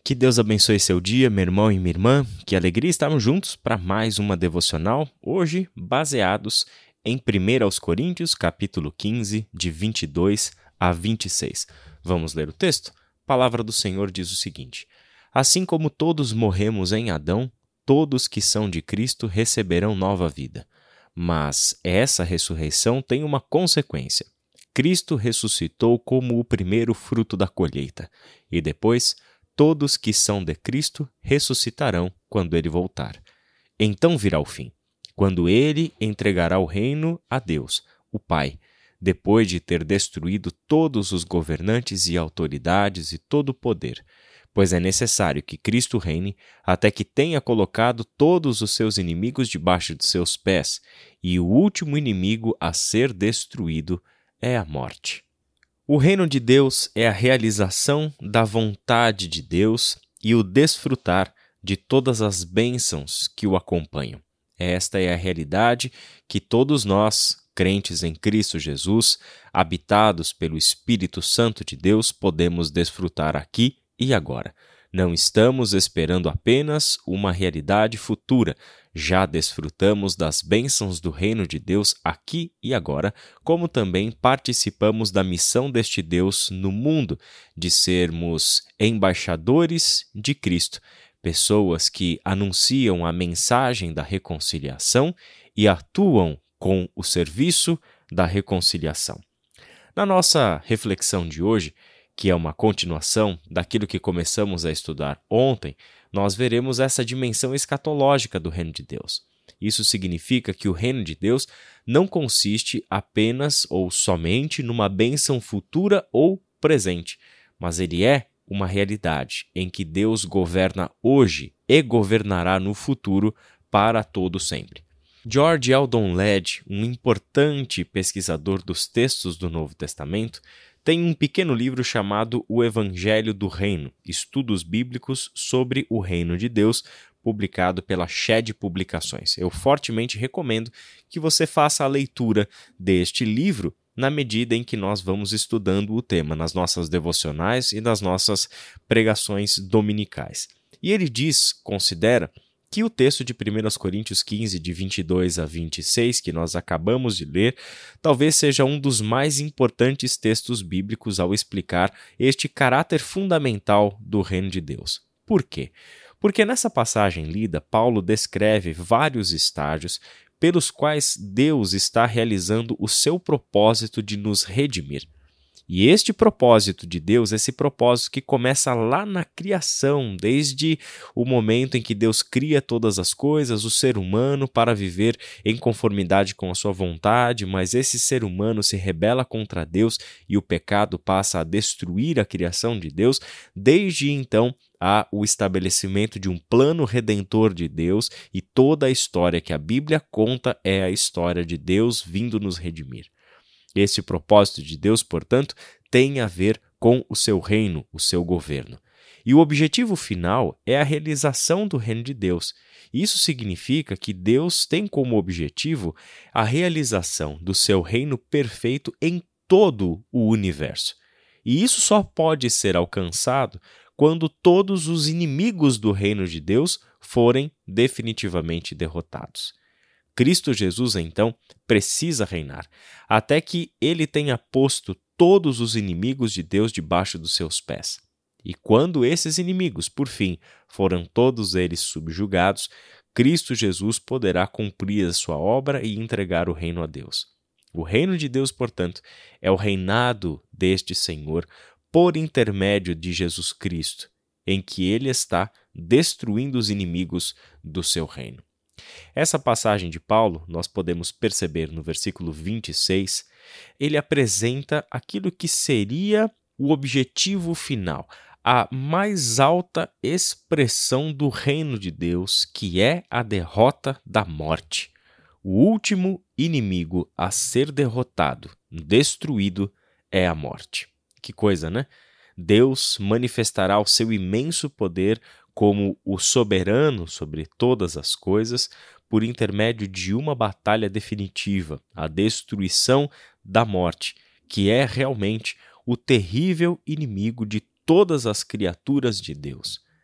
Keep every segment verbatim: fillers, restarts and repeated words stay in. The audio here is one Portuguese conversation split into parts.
Que Deus abençoe seu dia, meu irmão e minha irmã. Que alegria estarmos juntos para mais uma devocional, hoje baseados em primeira aos Coríntios, capítulo quinze, de vinte e dois a vinte e seis. Vamos ler o texto? A palavra do Senhor diz o seguinte: Assim como todos morremos em Adão, todos que são de Cristo receberão nova vida. Mas essa ressurreição tem uma consequência. Cristo ressuscitou como o primeiro fruto da colheita, e depois todos que são de Cristo ressuscitarão quando ele voltar. Então virá o fim, quando ele entregará o reino a Deus, o Pai, depois de ter destruído todos os governantes e autoridades e todo o poder, pois é necessário que Cristo reine até que tenha colocado todos os seus inimigos debaixo de seus pés, e o último inimigo a ser destruído é a morte. O reino de Deus é a realização da vontade de Deus e o desfrutar de todas as bênçãos que o acompanham. Esta é a realidade que todos nós, crentes em Cristo Jesus, habitados pelo Espírito Santo de Deus, podemos desfrutar aqui e agora. Não estamos esperando apenas uma realidade futura, já desfrutamos das bênçãos do reino de Deus aqui e agora, como também participamos da missão deste Deus no mundo, de sermos embaixadores de Cristo, pessoas que anunciam a mensagem da reconciliação e atuam com o serviço da reconciliação. Na nossa reflexão de hoje, que é uma continuação daquilo que começamos a estudar ontem, nós veremos essa dimensão escatológica do reino de Deus. Isso significa que o reino de Deus não consiste apenas ou somente numa bênção futura ou presente, mas ele é uma realidade em que Deus governa hoje e governará no futuro para todo sempre. George Eldon Ladd, um importante pesquisador dos textos do Novo Testamento, tem um pequeno livro chamado O Evangelho do Reino, Estudos Bíblicos sobre o Reino de Deus, publicado pela Shed Publicações. Eu fortemente recomendo que você faça a leitura deste livro na medida em que nós vamos estudando o tema nas nossas devocionais e nas nossas pregações dominicais. E ele diz, considera, que o texto de primeira Coríntios quinze, de vinte e dois a vinte e seis, que nós acabamos de ler, talvez seja um dos mais importantes textos bíblicos ao explicar este caráter fundamental do reino de Deus. Por quê? Porque nessa passagem lida, Paulo descreve vários estágios pelos quais Deus está realizando o seu propósito de nos redimir. E este propósito de Deus, esse propósito que começa lá na criação, desde o momento em que Deus cria todas as coisas, o ser humano para viver em conformidade com a sua vontade, mas esse ser humano se rebela contra Deus e o pecado passa a destruir a criação de Deus. Desde então, há o estabelecimento de um plano redentor de Deus e toda a história que a Bíblia conta é a história de Deus vindo nos redimir. Este propósito de Deus, portanto, tem a ver com o seu reino, o seu governo. E o objetivo final é a realização do reino de Deus. Isso significa que Deus tem como objetivo a realização do seu reino perfeito em todo o universo. E isso só pode ser alcançado quando todos os inimigos do reino de Deus forem definitivamente derrotados. Cristo Jesus, então, precisa reinar, até que ele tenha posto todos os inimigos de Deus debaixo dos seus pés. E quando esses inimigos, por fim, foram todos eles subjugados, Cristo Jesus poderá cumprir a sua obra e entregar o reino a Deus. O reino de Deus, portanto, é o reinado deste Senhor por intermédio de Jesus Cristo, em que ele está destruindo os inimigos do seu reino. Essa passagem de Paulo, nós podemos perceber no versículo vinte e seis, ele apresenta aquilo que seria o objetivo final, a mais alta expressão do reino de Deus, que é a derrota da morte. O último inimigo a ser derrotado, destruído, é a morte. Que coisa, né? Deus manifestará o seu imenso poder como o soberano sobre todas as coisas por intermédio de uma batalha definitiva, a destruição da morte, que é realmente o terrível inimigo de todas as criaturas de Deus.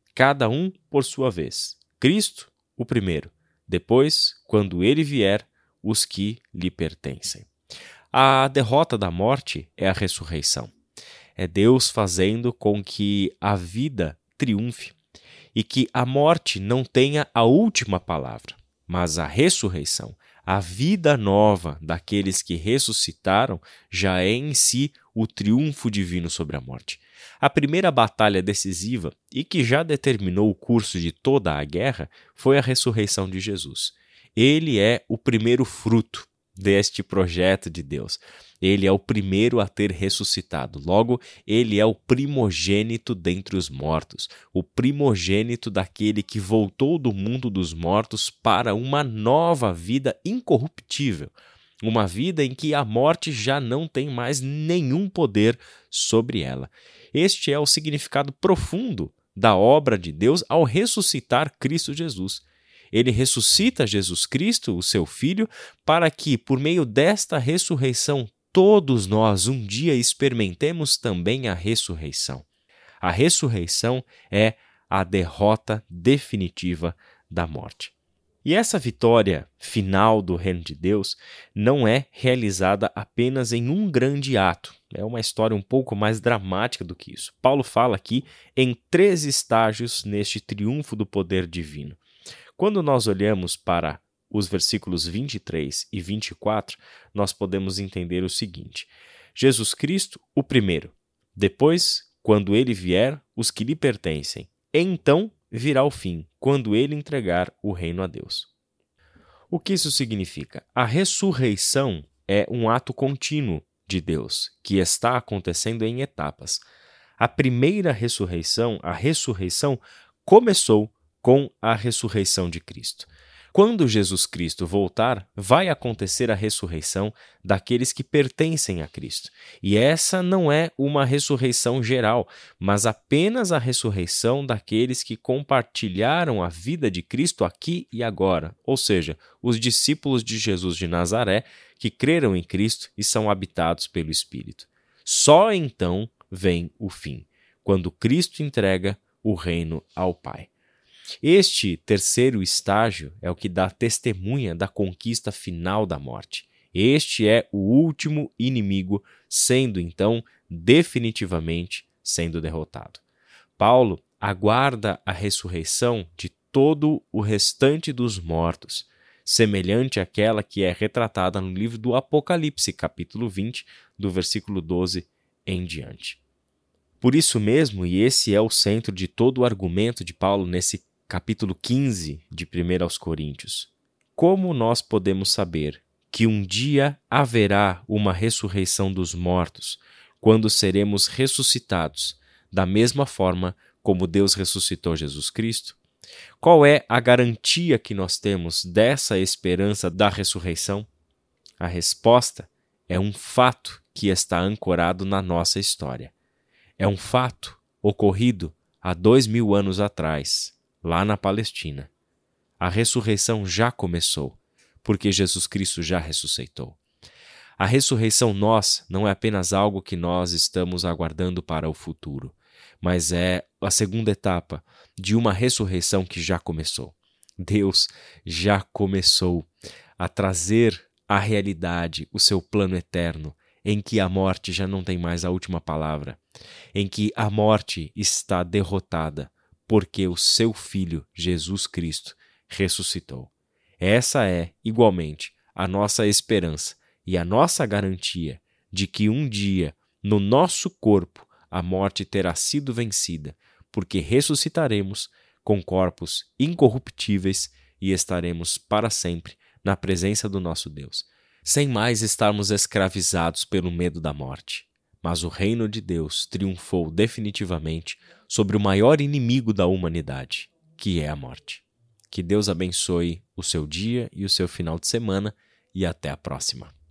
cada um por sua vez. Cristo, o primeiro. Depois, quando ele vier, os que lhe pertencem. A derrota da morte é a ressurreição. É Deus fazendo com que a vida triunfe e que a morte não tenha a última palavra, mas a ressurreição, a vida nova daqueles que ressuscitaram, já é em si o triunfo divino sobre a morte. A primeira batalha decisiva e que já determinou o curso de toda a guerra foi a ressurreição de Jesus. Ele é o primeiro fruto deste projeto de Deus. Ele é o primeiro a ter ressuscitado. Logo, ele é o primogênito dentre os mortos, o primogênito daquele que voltou do mundo dos mortos para uma nova vida incorruptível, uma vida em que a morte já não tem mais nenhum poder sobre ela. Este é o significado profundo da obra de Deus ao ressuscitar Cristo Jesus. Ele ressuscita Jesus Cristo, o seu Filho, para que, por meio desta ressurreição, todos nós um dia experimentemos também a ressurreição. A ressurreição é a derrota definitiva da morte. E essa vitória final do reino de Deus não é realizada apenas em um grande ato. É uma história um pouco mais dramática do que isso. Paulo fala aqui em três estágios neste triunfo do poder divino. Quando nós olhamos para os versículos vinte e três e vinte e quatro, nós podemos entender o seguinte: Jesus Cristo, o primeiro. Depois, quando ele vier, os que lhe pertencem. Então virá o fim, quando ele entregar o reino a Deus. O que isso significa? A ressurreição é um ato contínuo de Deus, que está acontecendo em etapas. A primeira ressurreição, a ressurreição, começou com a ressurreição de Cristo. Quando Jesus Cristo voltar, vai acontecer a ressurreição daqueles que pertencem a Cristo. E essa não é uma ressurreição geral, mas apenas a ressurreição daqueles que compartilharam a vida de Cristo aqui e agora, ou seja, os discípulos de Jesus de Nazaré que creram em Cristo e são habitados pelo Espírito. Só então vem o fim, quando Cristo entrega o reino ao Pai. Este terceiro estágio é o que dá testemunha da conquista final da morte. Este é o último inimigo, sendo então definitivamente sendo derrotado. Paulo aguarda a ressurreição de todo o restante dos mortos, semelhante àquela que é retratada no livro do Apocalipse, capítulo vinte, do versículo doze em diante. Por isso mesmo, e esse é o centro de todo o argumento de Paulo nesse capítulo quinze de primeira aos Coríntios. Como nós podemos saber que um dia haverá uma ressurreição dos mortos, quando seremos ressuscitados, da mesma forma como Deus ressuscitou Jesus Cristo? Qual é a garantia que nós temos dessa esperança da ressurreição? A resposta é um fato que está ancorado na nossa história. É um fato ocorrido há dois mil anos atrás, lá na Palestina. A ressurreição já começou, porque Jesus Cristo já ressuscitou. A ressurreição nossa não é apenas algo que nós estamos aguardando para o futuro, mas é a segunda etapa de uma ressurreição que já começou. Deus já começou a trazer à realidade o seu plano eterno, em que a morte já não tem mais a última palavra, em que a morte está derrotada, porque o seu Filho, Jesus Cristo, ressuscitou. Essa é, igualmente, a nossa esperança e a nossa garantia de que um dia, no nosso corpo, a morte terá sido vencida, porque ressuscitaremos com corpos incorruptíveis e estaremos para sempre na presença do nosso Deus, sem mais estarmos escravizados pelo medo da morte. Mas o reino de Deus triunfou definitivamente sobre o maior inimigo da humanidade, que é a morte. Que Deus abençoe o seu dia e o seu final de semana e até a próxima.